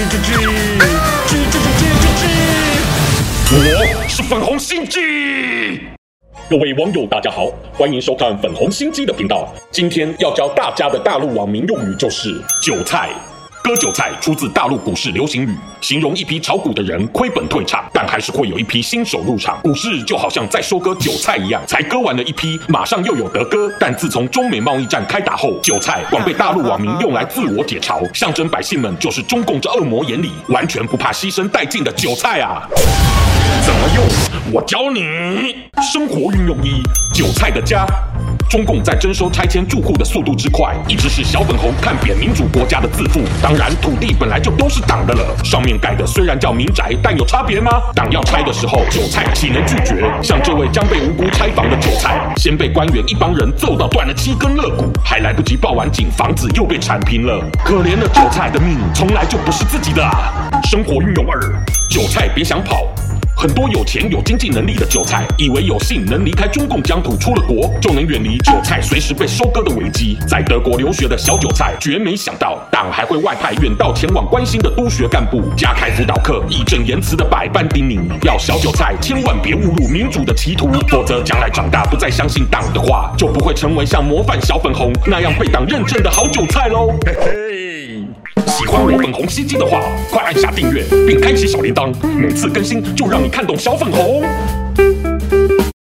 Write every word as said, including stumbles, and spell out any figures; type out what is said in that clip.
吱吱吱吱吱吱吱。我是粉红心机。各位网友大家好，欢迎收看粉红心机的频道。今天要教大家的大陆网民用语就是韭菜。割韭菜出自大陆股市流行语，形容一批炒股的人亏本退场，但还是会有一批新手入场。股市就好像在收割韭菜一样，才割完了一批，马上又有得割。但自从中美贸易战开打后，韭菜广被大陆网民用来自我解嘲，象征百姓们就是中共这恶魔眼里完全不怕牺牲殆尽的韭菜啊！怎么用？我教你。生活运用一：韭菜的家。中共在征收拆迁住户的速度之快，一直是小粉红看扁民主国家的自负。当然，土地本来就都是党的了，上面盖的虽然叫民宅，但有差别吗？党要拆的时候，韭菜岂能拒绝？像这位将被无辜拆房的韭菜，先被官员一帮人揍到断了七根肋骨，还来不及报完警，房子又被铲平了。可怜的韭菜的命，从来就不是自己的啊！生活运用二：韭菜别想跑。很多有钱有经济能力的韭菜，以为有幸能离开中共疆土，出了国就能远离韭菜随时被收割的危机。在德国留学的小韭菜，绝没想到党还会外派远道前往关心的督学干部，加开辅导课，义正言辞的百般叮咛，要小韭菜千万别误入民主的歧途，否则将来长大不再相信党的话，就不会成为像模范小粉红那样被党认证的好韭菜喽。嘿嘿。喜欢我粉红心机的话，快按下订阅并开启小铃铛，每次更新就让你看懂小粉红。